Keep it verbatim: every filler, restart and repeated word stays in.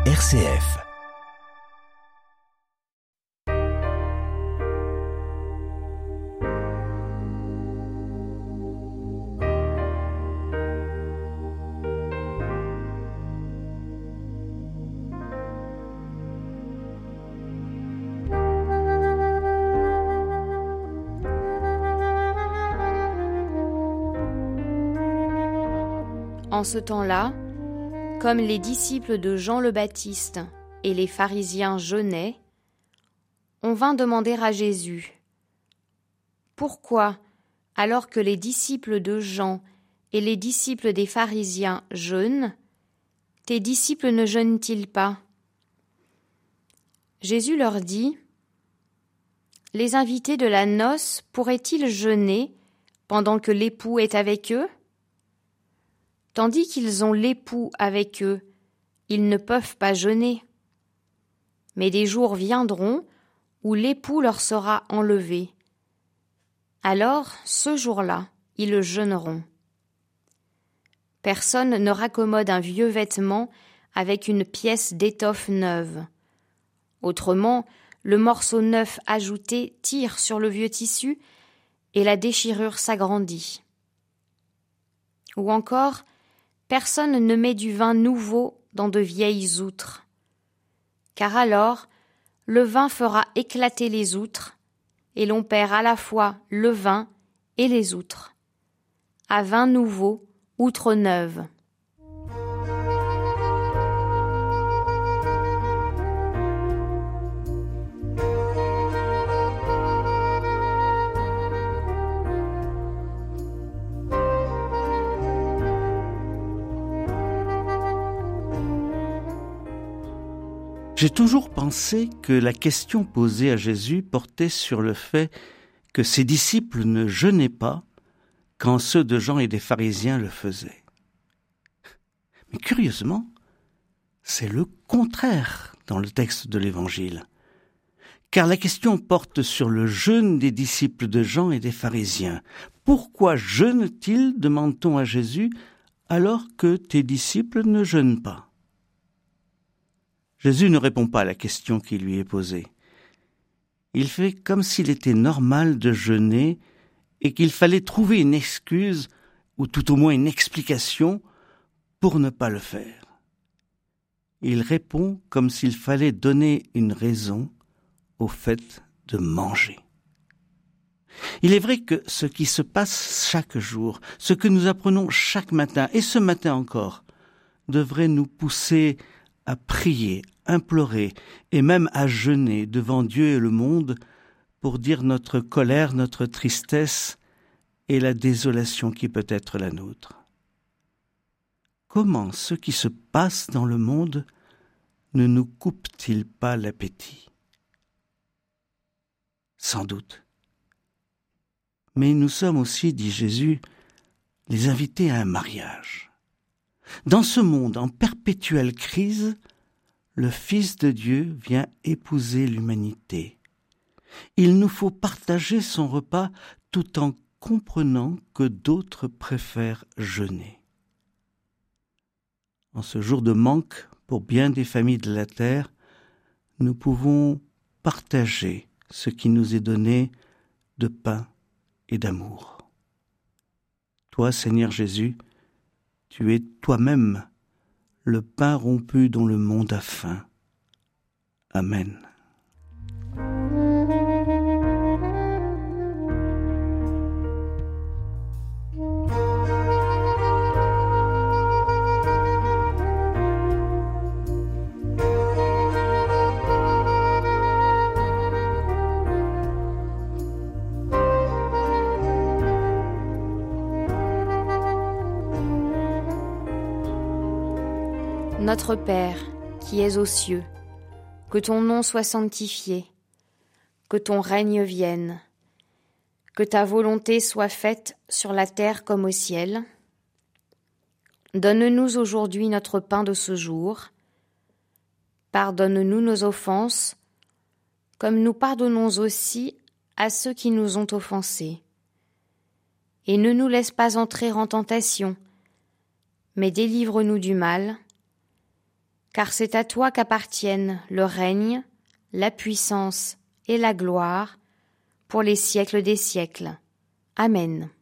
R C F. En ce temps-là, comme les disciples de Jean le Baptiste et les pharisiens jeûnaient, on vint demander à Jésus : « Pourquoi, alors que les disciples de Jean et les disciples des pharisiens jeûnent, tes disciples ne jeûnent-ils pas ?» Jésus leur dit : « Les invités de la noce pourraient-ils jeûner pendant que l'époux est avec eux ? Tandis qu'ils ont l'époux avec eux, ils ne peuvent pas jeûner. Mais des jours viendront où l'époux leur sera enlevé. Alors, ce jour-là, ils jeûneront. Personne ne raccommode un vieux vêtement avec une pièce d'étoffe neuve. Autrement, le morceau neuf ajouté tire sur le vieux tissu et la déchirure s'agrandit. Ou encore, personne ne met du vin nouveau dans de vieilles outres, car alors le vin fera éclater les outres, et l'on perd à la fois le vin et les outres. À vin nouveau, outre neuve. » J'ai toujours pensé que la question posée à Jésus portait sur le fait que ses disciples ne jeûnaient pas quand ceux de Jean et des pharisiens le faisaient. Mais curieusement, c'est le contraire dans le texte de l'Évangile. Car la question porte sur le jeûne des disciples de Jean et des pharisiens. Pourquoi jeûnent-ils, demande-t-on à Jésus, alors que tes disciples ne jeûnent pas ? Jésus ne répond pas à la question qui lui est posée. Il fait comme s'il était normal de jeûner et qu'il fallait trouver une excuse, ou tout au moins une explication, pour ne pas le faire. Il répond comme s'il fallait donner une raison au fait de manger. Il est vrai que ce qui se passe chaque jour, ce que nous apprenons chaque matin, et ce matin encore, devrait nous pousser à prier, implorer et même à jeûner devant Dieu et le monde pour dire notre colère, notre tristesse et la désolation qui peut être la nôtre. Comment ce qui se passe dans le monde ne nous coupe-t-il pas l'appétit ? Sans doute. Mais nous sommes aussi, dit Jésus, les invités à un mariage. Dans ce monde en perpétuelle crise, le Fils de Dieu vient épouser l'humanité. Il nous faut partager son repas tout en comprenant que d'autres préfèrent jeûner. En ce jour de manque pour bien des familles de la terre, nous pouvons partager ce qui nous est donné de pain et d'amour. Toi, Seigneur Jésus, tu es toi-même le pain rompu dont le monde a faim. Amen. Notre Père, qui es aux cieux, que ton nom soit sanctifié, que ton règne vienne, que ta volonté soit faite sur la terre comme au ciel. Donne-nous aujourd'hui notre pain de ce jour. Pardonne-nous nos offenses, comme nous pardonnons aussi à ceux qui nous ont offensés. Et ne nous laisse pas entrer en tentation, mais délivre-nous du mal, car c'est à toi qu'appartiennent le règne, la puissance et la gloire pour les siècles des siècles. Amen.